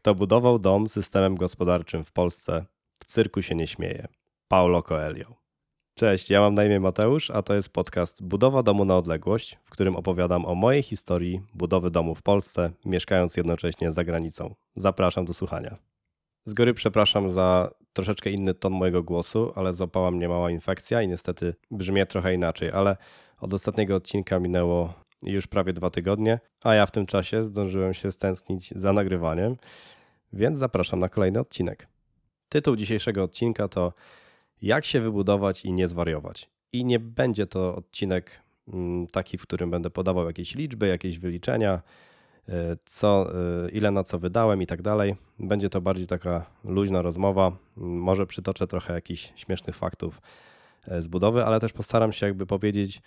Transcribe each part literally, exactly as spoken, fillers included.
Kto budował dom systemem gospodarczym w Polsce, w cyrku się nie śmieje. Paulo Coelho. Cześć, ja mam na imię Mateusz, a to jest podcast Budowa domu na odległość, w którym opowiadam o mojej historii budowy domu w Polsce, mieszkając jednocześnie za granicą. Zapraszam do słuchania. Z góry przepraszam za troszeczkę inny ton mojego głosu, ale złapała mnie mała infekcja i niestety brzmię trochę inaczej, ale od ostatniego odcinka minęło już prawie dwa tygodnie, a ja w tym czasie zdążyłem się stęsknić za nagrywaniem, więc zapraszam na kolejny odcinek. Tytuł dzisiejszego odcinka to Jak się wybudować i nie zwariować. I nie będzie to odcinek taki, w którym będę podawał jakieś liczby, jakieś wyliczenia, co, ile na co wydałem i tak dalej. Będzie to bardziej taka luźna rozmowa. Może przytoczę trochę jakichś śmiesznych faktów z budowy, ale też postaram się jakby powiedzieć,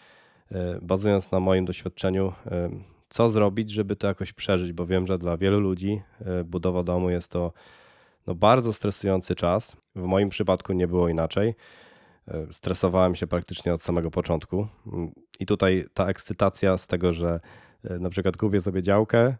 bazując na moim doświadczeniu, co zrobić, żeby to jakoś przeżyć, bo wiem, że dla wielu ludzi budowa domu jest to no, bardzo stresujący czas. W moim przypadku nie było inaczej. Stresowałem się praktycznie od samego początku i tutaj ta ekscytacja z tego, że na przykład kupię sobie działkę,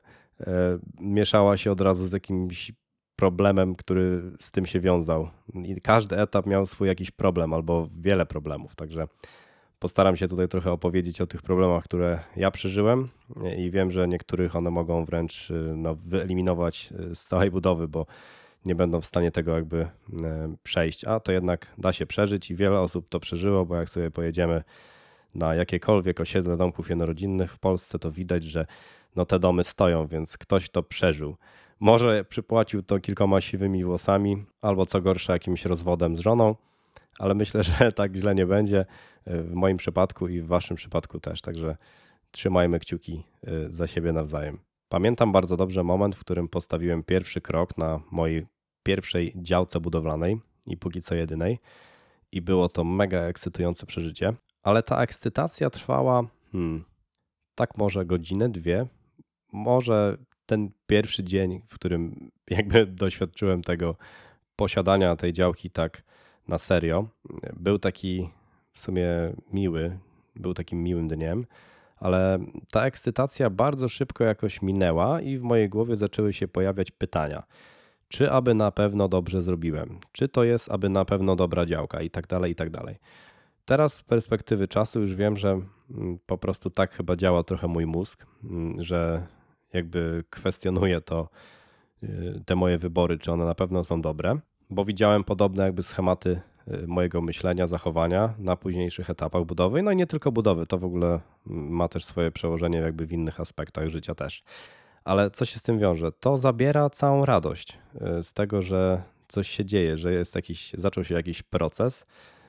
mieszała się od razu z jakimś problemem, który z tym się wiązał. I każdy etap miał swój jakiś problem albo wiele problemów, także postaram się tutaj trochę opowiedzieć o tych problemach, które ja przeżyłem i wiem, że niektórych one mogą wręcz no, wyeliminować z całej budowy, bo nie będą w stanie tego jakby przejść, a to jednak da się przeżyć i wiele osób to przeżyło, bo jak sobie pojedziemy na jakiekolwiek osiedle domków jednorodzinnych w Polsce, to widać, że no te domy stoją, więc ktoś to przeżył. Może przypłacił to kilkoma siwymi włosami albo co gorsza jakimś rozwodem z żoną, ale myślę, że tak źle nie będzie w moim przypadku i w waszym przypadku też, także trzymajmy kciuki za siebie nawzajem. Pamiętam bardzo dobrze moment, w którym postawiłem pierwszy krok na mojej pierwszej działce budowlanej i póki co jedynej i było to mega ekscytujące przeżycie, ale ta ekscytacja trwała hmm, tak może godzinę, dwie, może ten pierwszy dzień, w którym jakby doświadczyłem tego posiadania tej działki tak na serio, był taki w sumie miły, był takim miłym dniem, ale ta ekscytacja bardzo szybko jakoś minęła i w mojej głowie zaczęły się pojawiać pytania. Czy aby na pewno dobrze zrobiłem? Czy to jest aby na pewno dobra działka? I tak dalej, i tak dalej. Teraz z perspektywy czasu już wiem, że po prostu tak chyba działa trochę mój mózg, że jakby kwestionuję to, te moje wybory, czy one na pewno są dobre, bo widziałem podobne jakby schematy mojego myślenia, zachowania na późniejszych etapach budowy. No i nie tylko budowy, to w ogóle ma też swoje przełożenie jakby w innych aspektach życia też. Ale co się z tym wiąże? To zabiera całą radość z tego, że coś się dzieje, że jest jakiś, zaczął się jakiś proces,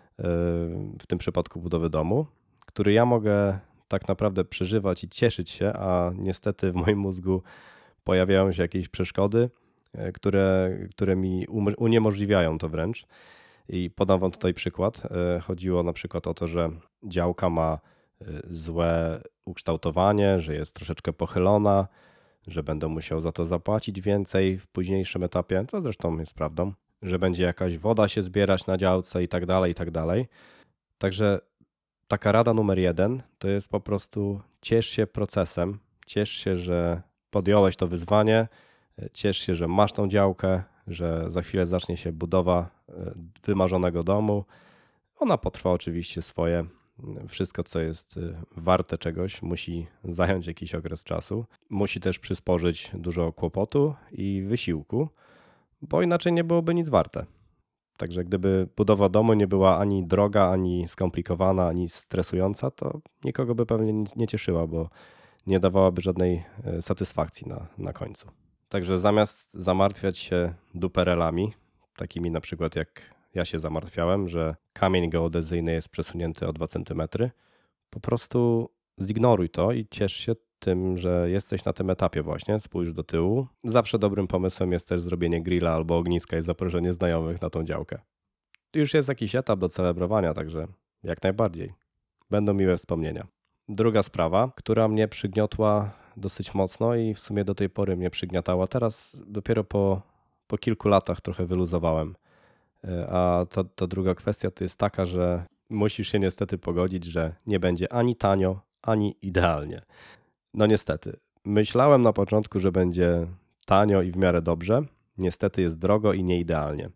w tym przypadku budowy domu, który ja mogę tak naprawdę przeżywać i cieszyć się, a niestety w moim mózgu pojawiają się jakieś przeszkody, które, które mi uniemożliwiają to wręcz. I podam wam tutaj przykład. Chodziło na przykład o to, że działka ma złe ukształtowanie, że jest troszeczkę pochylona, że będę musiał za to zapłacić więcej w późniejszym etapie, co zresztą jest prawdą, że będzie jakaś woda się zbierać na działce i tak dalej, i tak dalej. Także taka rada numer jeden to jest po prostu ciesz się procesem, ciesz się, że podjąłeś to wyzwanie, ciesz się, że masz tą działkę, że za chwilę zacznie się budowa wymarzonego domu. Ona potrwa oczywiście swoje. Wszystko, co jest warte czegoś, musi zająć jakiś okres czasu. Musi też przysporzyć dużo kłopotu i wysiłku, bo inaczej nie byłoby nic warte. Także gdyby budowa domu nie była ani droga, ani skomplikowana, ani stresująca, to nikogo by pewnie nie cieszyła, bo nie dawałaby żadnej satysfakcji na, na końcu. Także zamiast zamartwiać się duperelami, takimi na przykład jak ja się zamartwiałem, że kamień geodezyjny jest przesunięty o dwa centymetry, po prostu zignoruj to i ciesz się tym, że jesteś na tym etapie właśnie, spójrz do tyłu. Zawsze dobrym pomysłem jest też zrobienie grilla albo ogniska i zaproszenie znajomych na tą działkę. Już jest jakiś etap do celebrowania, także jak najbardziej. Będą miłe wspomnienia. Druga sprawa, która mnie przygniotła dosyć mocno i w sumie do tej pory mnie przygniatała. Teraz dopiero po, po kilku latach trochę wyluzowałem. A ta, ta druga kwestia to jest taka, że musisz się niestety pogodzić, że nie będzie ani tanio, ani idealnie. No niestety. Myślałem na początku, że będzie tanio i w miarę dobrze, niestety jest drogo i nieidealnie.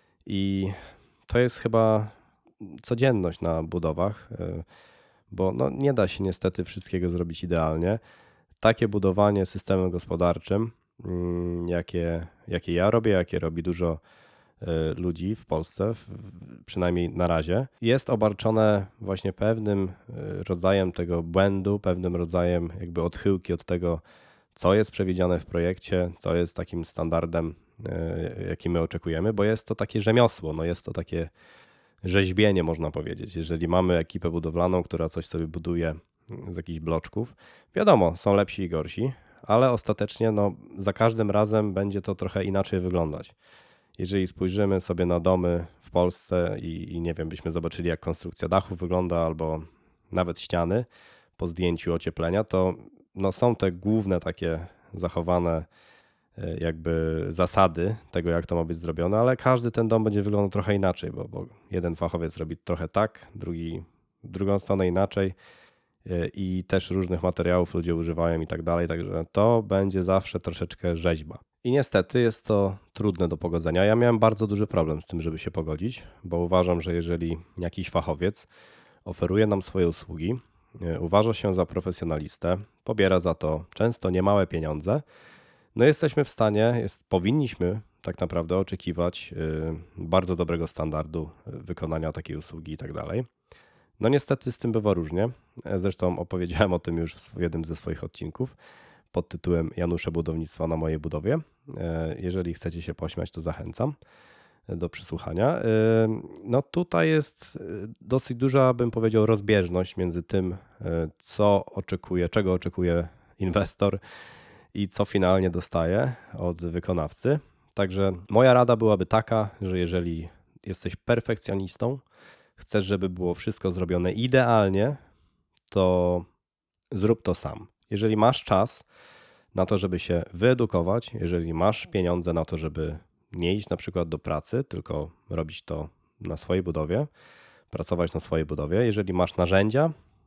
I to jest chyba codzienność na budowach, y, bo no nie da się niestety wszystkiego zrobić idealnie. Takie budowanie systemem gospodarczym, mm, jakie, jakie ja robię, jakie robi dużo y, ludzi w Polsce, w- w- przynajmniej na razie, jest obarczone właśnie pewnym y, rodzajem tego błędu, pewnym rodzajem jakby odchyłki od tego, co jest przewidziane w projekcie, co jest takim standardem, y, jaki my oczekujemy, bo jest to takie rzemiosło, no jest to takie rzeźbienie, można powiedzieć. Jeżeli mamy ekipę budowlaną, która coś sobie buduje z jakichś bloczków, wiadomo, są lepsi i gorsi, ale ostatecznie no, za każdym razem będzie to trochę inaczej wyglądać. Jeżeli spojrzymy sobie na domy w Polsce i, i nie wiem, byśmy zobaczyli, jak konstrukcja dachów wygląda, albo nawet ściany po zdjęciu ocieplenia, to no, są te główne takie zachowane e, jakby zasady tego, jak to ma być zrobione, ale każdy ten dom będzie wyglądał trochę inaczej, bo, bo jeden fachowiec robi trochę tak, drugi w drugą stronę inaczej e, i też różnych materiałów ludzie używają i tak dalej, także to będzie zawsze troszeczkę rzeźba. I niestety jest to trudne do pogodzenia. Ja miałem bardzo duży problem z tym, żeby się pogodzić, bo uważam, że jeżeli jakiś fachowiec oferuje nam swoje usługi, e, uważa się za profesjonalistę, pobiera za to często niemałe pieniądze, no jesteśmy w stanie, jest, powinniśmy tak naprawdę oczekiwać y, bardzo dobrego standardu y, wykonania takiej usługi i tak dalej. No niestety z tym bywa różnie. E, Zresztą opowiedziałem o tym już w jednym ze swoich odcinków pod tytułem Janusze Budownictwa na mojej budowie. E, Jeżeli chcecie się pośmiać, to zachęcam do przysłuchania. Y, No tutaj jest y, dosyć duża, bym powiedział, rozbieżność między tym, y, co oczekuje, czego oczekuje inwestor i co finalnie dostaje od wykonawcy. Także moja rada byłaby taka, że jeżeli jesteś perfekcjonistą, chcesz, żeby było wszystko zrobione idealnie, to zrób to sam. Jeżeli masz czas na to, żeby się wyedukować, jeżeli masz pieniądze na to, żeby nie iść na przykład do pracy, tylko robić to na swojej budowie, pracować na swojej budowie, jeżeli masz narzędzia,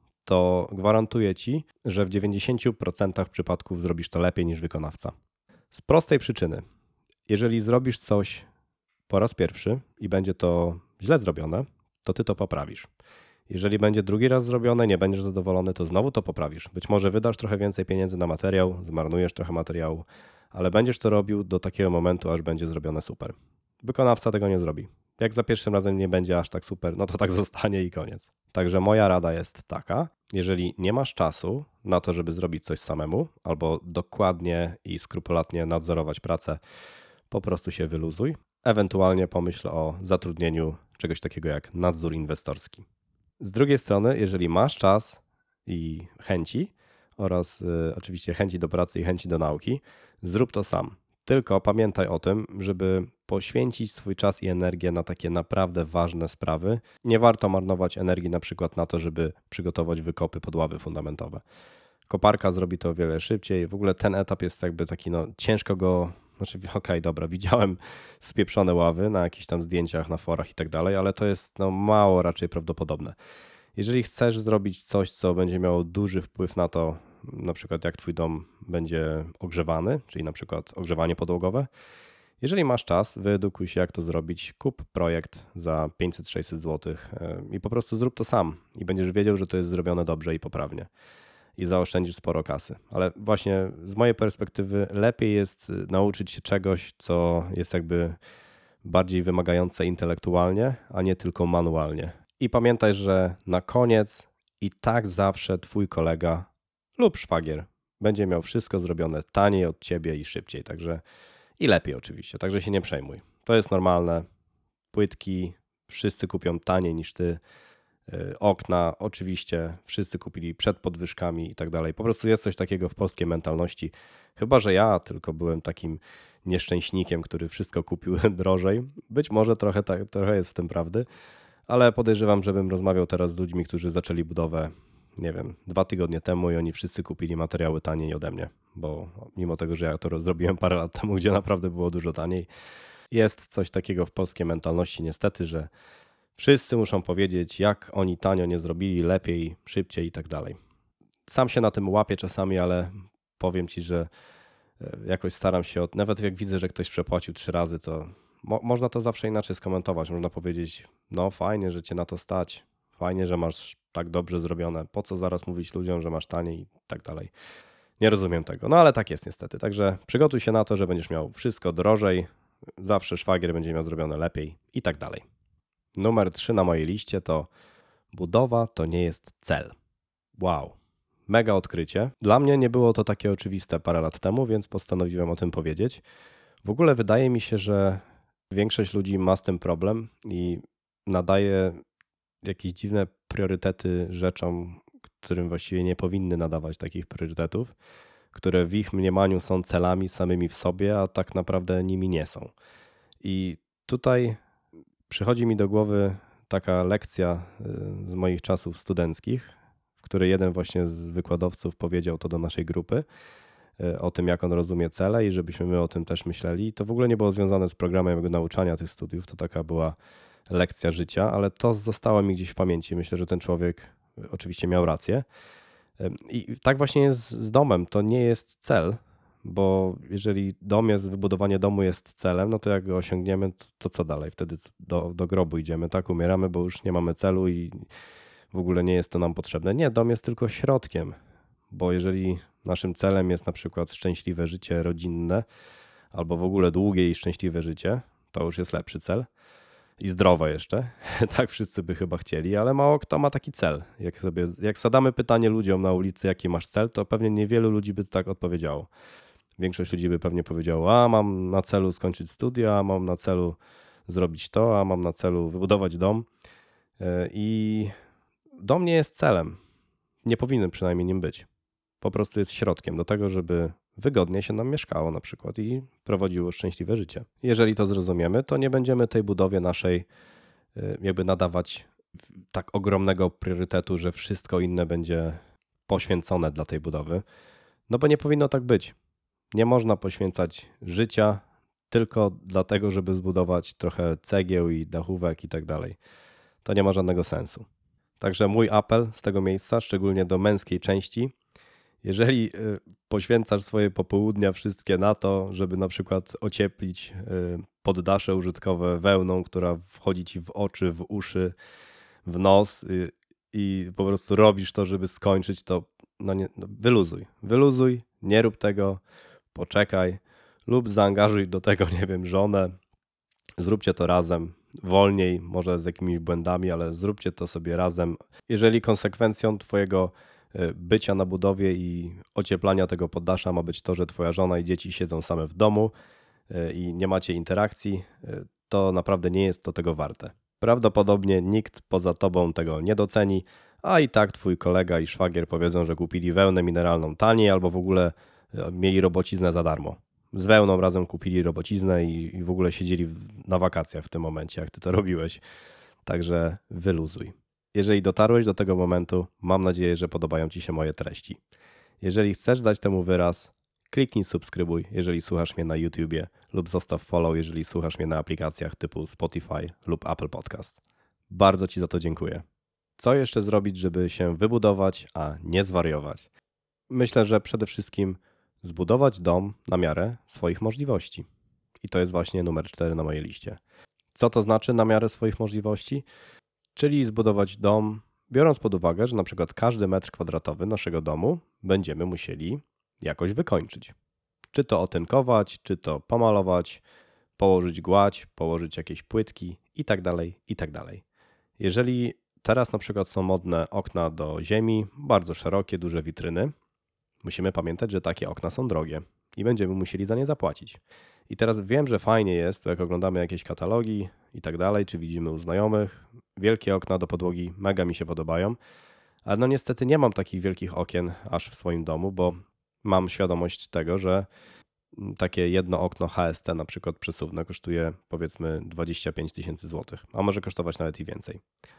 to gwarantuję ci, że w dziewięćdziesięciu procentach przypadków zrobisz to lepiej niż wykonawca. Z prostej przyczyny, jeżeli zrobisz coś po raz pierwszy i będzie to źle zrobione, to ty to poprawisz. Jeżeli będzie drugi raz zrobione, nie będziesz zadowolony, to znowu to poprawisz. Być może wydasz trochę więcej pieniędzy na materiał, zmarnujesz trochę materiału, ale będziesz to robił do takiego momentu, aż będzie zrobione super. Wykonawca tego nie zrobi. Jak za pierwszym razem nie będzie aż tak super, no to tak zostanie i koniec. Także moja rada jest taka, jeżeli nie masz czasu na to, żeby zrobić coś samemu, albo dokładnie i skrupulatnie nadzorować pracę, po prostu się wyluzuj. Ewentualnie pomyśl o zatrudnieniu czegoś takiego jak nadzór inwestorski. Z drugiej strony, jeżeli masz czas i chęci oraz y, oczywiście chęci do pracy i chęci do nauki, zrób to sam. Tylko pamiętaj o tym, żeby poświęcić swój czas i energię na takie naprawdę ważne sprawy. Nie warto marnować energii na przykład na to, żeby przygotować wykopy pod ławy fundamentowe. Koparka zrobi to o wiele szybciej. W ogóle ten etap jest jakby taki, no ciężko go, znaczy okej, okay, dobra, widziałem spieprzone ławy na jakichś tam zdjęciach, na forach i tak dalej, ale to jest no mało raczej prawdopodobne. Jeżeli chcesz zrobić coś, co będzie miało duży wpływ na to, na przykład jak twój dom będzie ogrzewany, czyli na przykład ogrzewanie podłogowe, jeżeli masz czas, wyedukuj się, jak to zrobić, kup projekt za pięćset sześćset zł i po prostu zrób to sam i będziesz wiedział, że to jest zrobione dobrze i poprawnie i zaoszczędzisz sporo kasy. Ale właśnie z mojej perspektywy lepiej jest nauczyć się czegoś, co jest jakby bardziej wymagające intelektualnie, a nie tylko manualnie. I pamiętaj, że na koniec i tak zawsze twój kolega lub szwagier będzie miał wszystko zrobione taniej od ciebie i szybciej, także i lepiej oczywiście, także się nie przejmuj. To jest normalne. Płytki wszyscy kupią taniej niż ty. Yy, Okna oczywiście wszyscy kupili przed podwyżkami i tak dalej. Po prostu jest coś takiego w polskiej mentalności. Chyba że ja tylko byłem takim nieszczęśnikiem, który wszystko kupił drożej. Być może trochę, tak, trochę jest w tym prawdy, ale podejrzewam, żebym rozmawiał teraz z ludźmi, którzy zaczęli budowę, nie wiem, dwa tygodnie temu i oni wszyscy kupili materiały taniej ode mnie, bo mimo tego, że ja to zrobiłem parę lat temu, gdzie naprawdę było dużo taniej, jest coś takiego w polskiej mentalności niestety, że wszyscy muszą powiedzieć, jak oni tanio nie zrobili, lepiej, szybciej i tak dalej. Sam się na tym łapię czasami, ale powiem ci, że Jakoś staram się, od... nawet jak widzę, że ktoś przepłacił trzy razy, to mo- można to zawsze inaczej skomentować. Można powiedzieć, no fajnie, że cię na to stać, fajnie, że masz tak dobrze zrobione. Po co zaraz mówić ludziom, że masz taniej i tak dalej. Nie rozumiem tego, no ale tak jest niestety. Także przygotuj się na to, że będziesz miał wszystko drożej, zawsze szwagier będzie miał zrobione lepiej i tak dalej. Numer trzy na mojej liście to budowa to nie jest cel. Wow, mega odkrycie. Dla mnie nie było to takie oczywiste parę lat temu, więc postanowiłem o tym powiedzieć. W ogóle wydaje mi się, że większość ludzi ma z tym problem i nadaje jakieś dziwne priorytety rzeczom, którym właściwie nie powinny nadawać takich priorytetów, które w ich mniemaniu są celami samymi w sobie, a tak naprawdę nimi nie są. I tutaj przychodzi mi do głowy taka lekcja z moich czasów studenckich, w której jeden właśnie z wykładowców powiedział to do naszej grupy, o tym, jak on rozumie cele i żebyśmy my o tym też myśleli. I to w ogóle nie było związane z programem jakby nauczania tych studiów, to taka była lekcja życia, ale to zostało mi gdzieś w pamięci. Myślę, że ten człowiek oczywiście miał rację. I tak właśnie jest z domem. To nie jest cel, bo jeżeli dom jest, wybudowanie domu jest celem, no to jak go osiągniemy, to, to co dalej? Wtedy do, do grobu idziemy, tak? Umieramy, bo już nie mamy celu i w ogóle nie jest to nam potrzebne. Nie, dom jest tylko środkiem, bo jeżeli naszym celem jest na przykład szczęśliwe życie rodzinne albo w ogóle długie i szczęśliwe życie, to już jest lepszy cel. I zdrowe jeszcze, tak wszyscy by chyba chcieli, ale mało kto ma taki cel. Jak sobie, jak zadamy pytanie ludziom na ulicy, jaki masz cel, to pewnie niewielu ludzi by tak odpowiedziało. Większość ludzi by pewnie powiedziało, a mam na celu skończyć studia, a mam na celu zrobić to, a mam na celu wybudować dom. I dom nie jest celem. Nie powinien przynajmniej nim być. Po prostu jest środkiem do tego, żeby wygodnie się nam mieszkało na przykład i prowadziło szczęśliwe życie. Jeżeli to zrozumiemy, to nie będziemy tej budowie naszej jakby nadawać tak ogromnego priorytetu, że wszystko inne będzie poświęcone dla tej budowy. No bo nie powinno tak być. Nie można poświęcać życia tylko dlatego, żeby zbudować trochę cegieł i dachówek i tak dalej. To nie ma żadnego sensu. Także mój apel z tego miejsca, szczególnie do męskiej części, jeżeli poświęcasz swoje popołudnia wszystkie na to, żeby na przykład ocieplić poddasze użytkowe wełną, która wchodzi ci w oczy, w uszy, w nos i po prostu robisz to, żeby skończyć, to no nie, no wyluzuj. Wyluzuj, nie rób tego, poczekaj lub zaangażuj do tego, nie wiem, żonę. Zróbcie to razem, wolniej, może z jakimiś błędami, ale zróbcie to sobie razem. Jeżeli konsekwencją twojego bycia na budowie i ocieplania tego poddasza ma być to, że twoja żona i dzieci siedzą same w domu i nie macie interakcji, to naprawdę nie jest to tego warte. Prawdopodobnie nikt poza tobą tego nie doceni, a i tak twój kolega i szwagier powiedzą, że kupili wełnę mineralną taniej albo w ogóle mieli robociznę za darmo. Z wełną razem kupili robociznę i, i w ogóle siedzieli na wakacjach w tym momencie, jak ty to robiłeś. Także wyluzuj. Jeżeli dotarłeś do tego momentu, mam nadzieję, że podobają ci się moje treści. Jeżeli chcesz dać temu wyraz, kliknij subskrybuj, jeżeli słuchasz mnie na YouTubie, lub zostaw follow, jeżeli słuchasz mnie na aplikacjach typu Spotify lub Apple Podcast. Bardzo ci za to dziękuję. Co jeszcze zrobić, żeby się wybudować, a nie zwariować? Myślę, że przede wszystkim zbudować dom na miarę swoich możliwości. I to jest właśnie numer cztery na mojej liście. Co to znaczy na miarę swoich możliwości? Czyli zbudować dom, biorąc pod uwagę, że na przykład każdy metr kwadratowy naszego domu będziemy musieli jakoś wykończyć. Czy to otynkować, czy to pomalować, położyć gładź, położyć jakieś płytki i tak dalej, i tak dalej. Jeżeli teraz na przykład są modne okna do ziemi, bardzo szerokie, duże witryny, musimy pamiętać, że takie okna są drogie i będziemy musieli za nie zapłacić. I teraz wiem, że fajnie jest, jak oglądamy jakieś katalogi i tak dalej, czy widzimy u znajomych, wielkie okna do podłogi mega mi się podobają, ale no niestety nie mam takich wielkich okien aż w swoim domu, bo mam świadomość tego, że takie jedno okno H S T na przykład przesuwne kosztuje powiedzmy dwadzieścia pięć tysięcy złotych, a może kosztować nawet i więcej.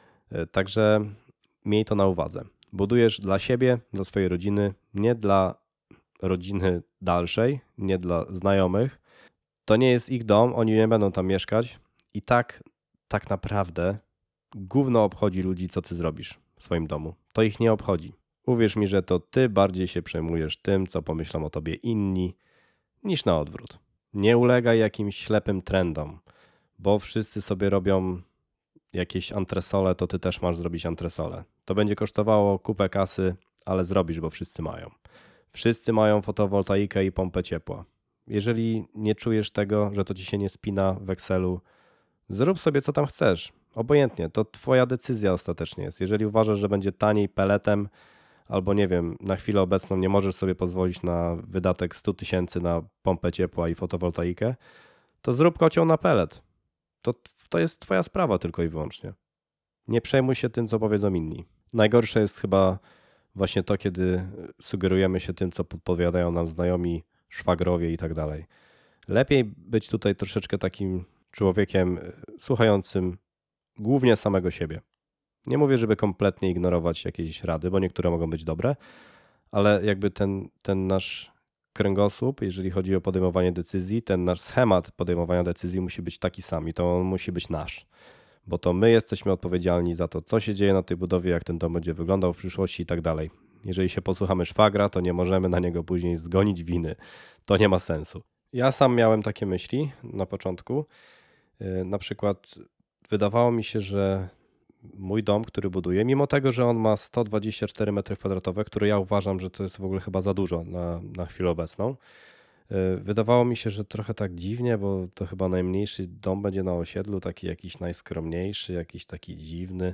Także miej to na uwadze. Budujesz dla siebie, dla swojej rodziny, nie dla rodziny dalszej, nie dla znajomych. To nie jest ich dom, oni nie będą tam mieszkać i tak, tak naprawdę gówno obchodzi ludzi, co ty zrobisz w swoim domu. To ich nie obchodzi. Uwierz mi, że to ty bardziej się przejmujesz tym, co pomyślą o tobie inni, niż na odwrót. Nie ulegaj jakimś ślepym trendom, bo wszyscy sobie robią jakieś antresole, to ty też masz zrobić antresole. To będzie kosztowało kupę kasy, ale zrobisz, bo wszyscy mają. Wszyscy mają fotowoltaikę i pompę ciepła. Jeżeli nie czujesz tego, że to ci się nie spina w Excelu, zrób sobie co tam chcesz. Obojętnie, to twoja decyzja ostatecznie jest. Jeżeli uważasz, że będzie taniej peletem, albo nie wiem, na chwilę obecną nie możesz sobie pozwolić na wydatek sto tysięcy na pompę ciepła i fotowoltaikę, to zrób kocioł na pelet. To, to jest twoja sprawa tylko i wyłącznie. Nie przejmuj się tym, co powiedzą inni. Najgorsze jest chyba właśnie to, kiedy sugerujemy się tym, co podpowiadają nam znajomi, szwagrowie i tak dalej. Lepiej być tutaj troszeczkę takim człowiekiem słuchającym głównie samego siebie. Nie mówię, żeby kompletnie ignorować jakieś rady, bo niektóre mogą być dobre, ale jakby ten, ten nasz kręgosłup, jeżeli chodzi o podejmowanie decyzji, ten nasz schemat podejmowania decyzji musi być taki sam i to on musi być nasz. Bo to my jesteśmy odpowiedzialni za to, co się dzieje na tej budowie, jak ten dom będzie wyglądał w przyszłości i tak dalej. Jeżeli się posłuchamy szwagra, to nie możemy na niego później zgonić winy. To nie ma sensu. Ja sam miałem takie myśli na początku. Na przykład wydawało mi się, że mój dom, który buduję, mimo tego, że on ma sto dwadzieścia cztery metry kwadratowe, które ja uważam, że to jest w ogóle chyba za dużo na, na chwilę obecną, wydawało mi się, że trochę tak dziwnie, bo to chyba najmniejszy dom będzie na osiedlu, taki jakiś najskromniejszy, jakiś taki dziwny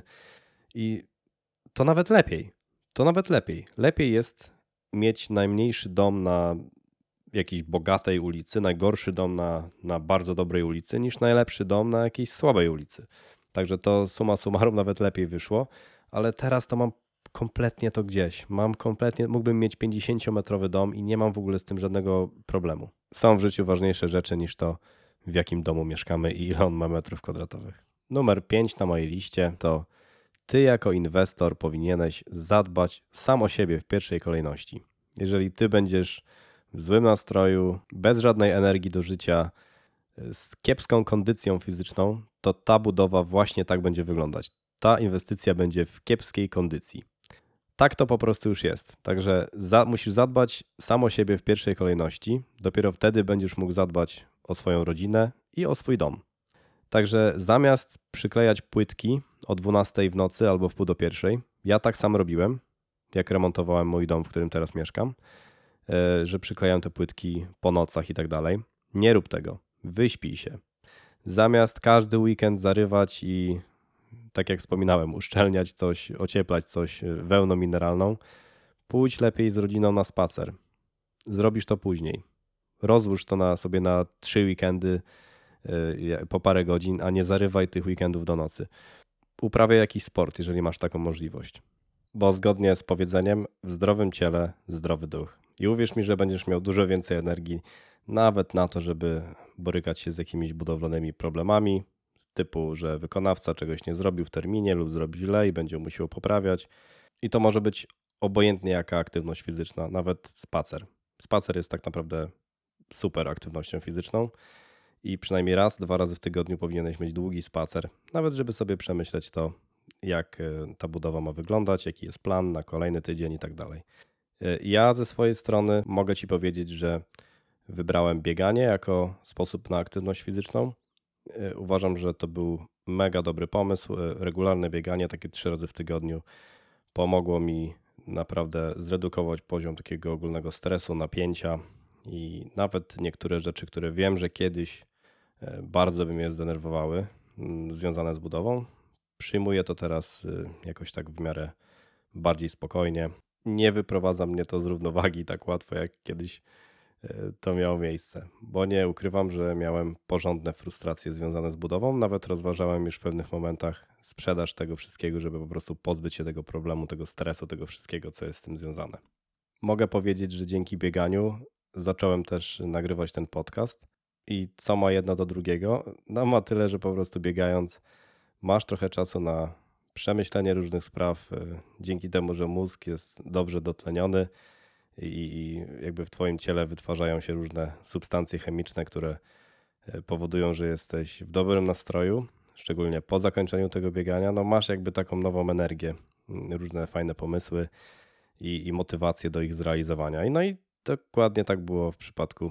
i to nawet lepiej. To nawet lepiej. Lepiej jest mieć najmniejszy dom na jakiejś bogatej ulicy, najgorszy dom na, na bardzo dobrej ulicy, niż najlepszy dom na jakiejś słabej ulicy. Także to summa summarum nawet lepiej wyszło, ale teraz to mam kompletnie to gdzieś. Mam kompletnie, mógłbym mieć pięćdziesięciometrowy dom i nie mam w ogóle z tym żadnego problemu. Są w życiu ważniejsze rzeczy niż to, w jakim domu mieszkamy i ile on ma metrów kwadratowych. Numer pięć na mojej liście to ty jako inwestor powinieneś zadbać sam o siebie w pierwszej kolejności. Jeżeli ty będziesz w złym nastroju, bez żadnej energii do życia, z kiepską kondycją fizyczną, to ta budowa właśnie tak będzie wyglądać. Ta inwestycja będzie w kiepskiej kondycji. Tak to po prostu już jest. Także za, musisz zadbać sam o siebie w pierwszej kolejności. Dopiero wtedy będziesz mógł zadbać o swoją rodzinę i o swój dom. Także zamiast przyklejać płytki o dwunastej w nocy albo w pół do pierwszej, ja tak sam robiłem, jak remontowałem mój dom, w którym teraz mieszkam, że przyklejam te płytki po nocach i tak dalej. Nie rób tego. Wyśpij się. Zamiast każdy weekend zarywać i, tak jak wspominałem, uszczelniać coś, ocieplać coś wełną mineralną, pójdź lepiej z rodziną na spacer. Zrobisz to później. Rozłóż to na sobie na trzy weekendy yy, po parę godzin, a nie zarywaj tych weekendów do nocy. Uprawiaj jakiś sport, jeżeli masz taką możliwość. Bo zgodnie z powiedzeniem, w zdrowym ciele zdrowy duch. I uwierz mi, że będziesz miał dużo więcej energii nawet na to, żeby borykać się z jakimiś budowlanymi problemami, typu, że wykonawca czegoś nie zrobił w terminie lub zrobi źle i będzie musiał poprawiać. I to może być obojętnie jaka aktywność fizyczna, nawet spacer. Spacer jest tak naprawdę super aktywnością fizyczną i przynajmniej raz, dwa razy w tygodniu powinieneś mieć długi spacer, nawet żeby sobie przemyśleć to, jak ta budowa ma wyglądać, jaki jest plan na kolejny tydzień i tak dalej. Ja ze swojej strony mogę Ci powiedzieć, że wybrałem bieganie jako sposób na aktywność fizyczną. Uważam, że to był mega dobry pomysł. Regularne bieganie, takie trzy razy w tygodniu, pomogło mi naprawdę zredukować poziom takiego ogólnego stresu, napięcia i nawet niektóre rzeczy, które wiem, że kiedyś bardzo by mnie zdenerwowały, związane z budową, przyjmuję to teraz jakoś tak w miarę bardziej spokojnie. Nie wyprowadza mnie to z równowagi tak łatwo, jak kiedyś to miało miejsce, bo nie ukrywam, że miałem porządne frustracje związane z budową. Nawet rozważałem już w pewnych momentach sprzedaż tego wszystkiego, żeby po prostu pozbyć się tego problemu, tego stresu, tego wszystkiego, co jest z tym związane. Mogę powiedzieć, że dzięki bieganiu zacząłem też nagrywać ten podcast i co ma jedno do drugiego? No ma tyle, że po prostu biegając masz trochę czasu na przemyślenie różnych spraw, dzięki temu, że mózg jest dobrze dotleniony i jakby w twoim ciele wytwarzają się różne substancje chemiczne, które powodują, że jesteś w dobrym nastroju, szczególnie po zakończeniu tego biegania. No masz jakby taką nową energię, różne fajne pomysły i, i motywację do ich zrealizowania. I no i dokładnie tak było w przypadku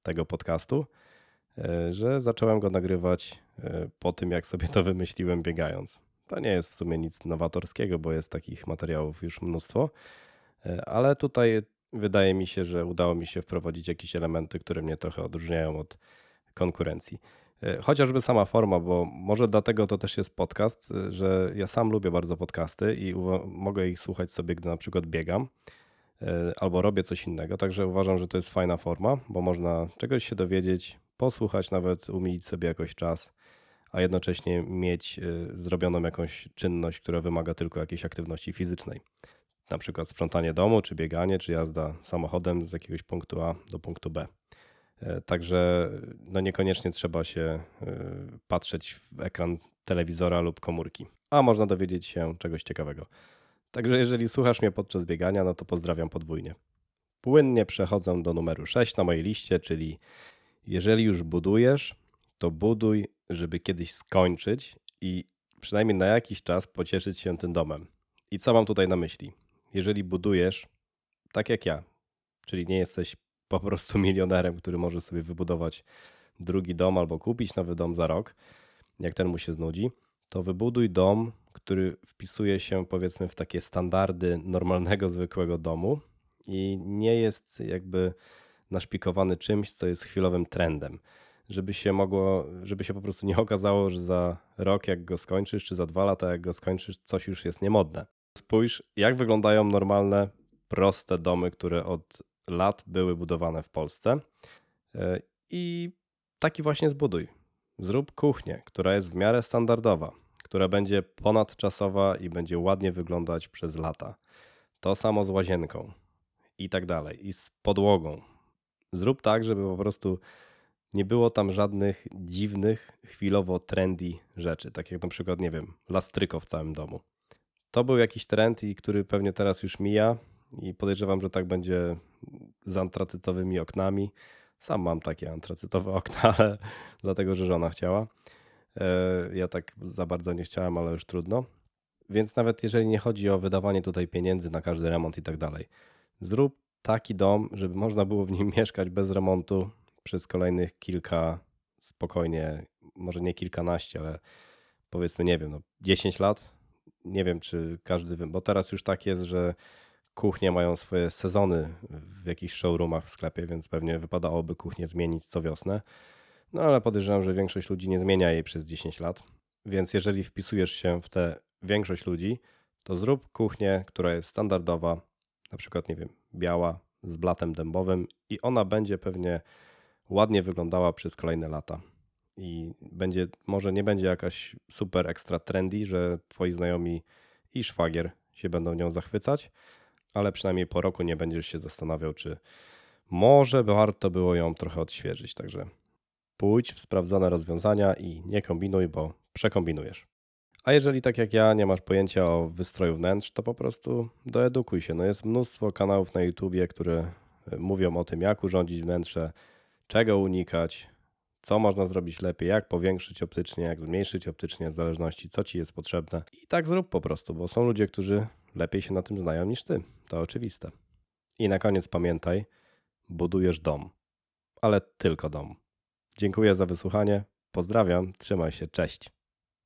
tego podcastu, że zacząłem go nagrywać po tym, jak sobie to wymyśliłem biegając. To nie jest w sumie nic nowatorskiego, bo jest takich materiałów już mnóstwo, ale tutaj wydaje mi się, że udało mi się wprowadzić jakieś elementy, które mnie trochę odróżniają od konkurencji. Chociażby sama forma, bo może dlatego to też jest podcast, że ja sam lubię bardzo podcasty i mogę ich słuchać sobie, gdy na przykład biegam albo robię coś innego, także uważam, że to jest fajna forma, bo można czegoś się dowiedzieć, posłuchać, nawet umilić sobie jakoś czas, a jednocześnie mieć zrobioną jakąś czynność, która wymaga tylko jakiejś aktywności fizycznej. Na przykład sprzątanie domu, czy bieganie, czy jazda samochodem z jakiegoś punktu A do punktu B. Także no niekoniecznie trzeba się patrzeć w ekran telewizora lub komórki, a można dowiedzieć się czegoś ciekawego. Także jeżeli słuchasz mnie podczas biegania, no to pozdrawiam podwójnie. Płynnie przechodzę do numeru sześć na mojej liście, czyli jeżeli już budujesz, to buduj, żeby kiedyś skończyć i przynajmniej na jakiś czas pocieszyć się tym domem. I co mam tutaj na myśli? Jeżeli budujesz, tak jak ja, czyli nie jesteś po prostu milionerem, który może sobie wybudować drugi dom albo kupić nowy dom za rok, jak ten mu się znudzi, to wybuduj dom, który wpisuje się powiedzmy w takie standardy normalnego, zwykłego domu i nie jest jakby naszpikowany czymś, co jest chwilowym trendem. Żeby się mogło, żeby się po prostu nie okazało, że za rok jak go skończysz, czy za dwa lata jak go skończysz, coś już jest niemodne. Spójrz, jak wyglądają normalne, proste domy, które od lat były budowane w Polsce i taki właśnie zbuduj. Zrób kuchnię, która jest w miarę standardowa, która będzie ponadczasowa i będzie ładnie wyglądać przez lata. To samo z łazienką i tak dalej, i z podłogą. Zrób tak, żeby po prostu nie było tam żadnych dziwnych, chwilowo trendy rzeczy, tak jak na przykład, nie wiem, lastryko w całym domu. To był jakiś trend, i który pewnie teraz już mija i podejrzewam, że tak będzie z antracytowymi oknami. Sam mam takie antracytowe okna, ale dlatego, że żona chciała. Ja tak za bardzo nie chciałem, ale już trudno. Więc nawet jeżeli nie chodzi o wydawanie tutaj pieniędzy na każdy remont i tak dalej, zrób taki dom, żeby można było w nim mieszkać bez remontu przez kolejnych kilka, spokojnie, może nie kilkanaście, ale powiedzmy, nie wiem, no dziesięć lat. Nie wiem, czy każdy, bo teraz już tak jest, że kuchnie mają swoje sezony w jakichś showroomach w sklepie, więc pewnie wypadałoby kuchnię zmienić co wiosnę. No ale podejrzewam, że większość ludzi nie zmienia jej przez dziesięć lat. Więc jeżeli wpisujesz się w tę większość ludzi, to zrób kuchnię, która jest standardowa, na przykład, nie wiem, biała, z blatem dębowym i ona będzie pewnie ładnie wyglądała przez kolejne lata. I będzie, może nie będzie jakaś super ekstra trendy, że twoi znajomi i szwagier się będą nią zachwycać, ale przynajmniej po roku nie będziesz się zastanawiał, czy może warto było ją trochę odświeżyć. Także pójdź w sprawdzone rozwiązania i nie kombinuj, bo przekombinujesz. A jeżeli tak jak ja nie masz pojęcia o wystroju wnętrz, to po prostu doedukuj się. No jest mnóstwo kanałów na YouTubie, które mówią o tym, jak urządzić wnętrze, czego unikać, co można zrobić lepiej, jak powiększyć optycznie, jak zmniejszyć optycznie, w zależności co ci jest potrzebne. I tak zrób po prostu, bo są ludzie, którzy lepiej się na tym znają niż ty. To oczywiste. I na koniec pamiętaj, budujesz dom, ale tylko dom. Dziękuję za wysłuchanie, pozdrawiam, trzymaj się, cześć.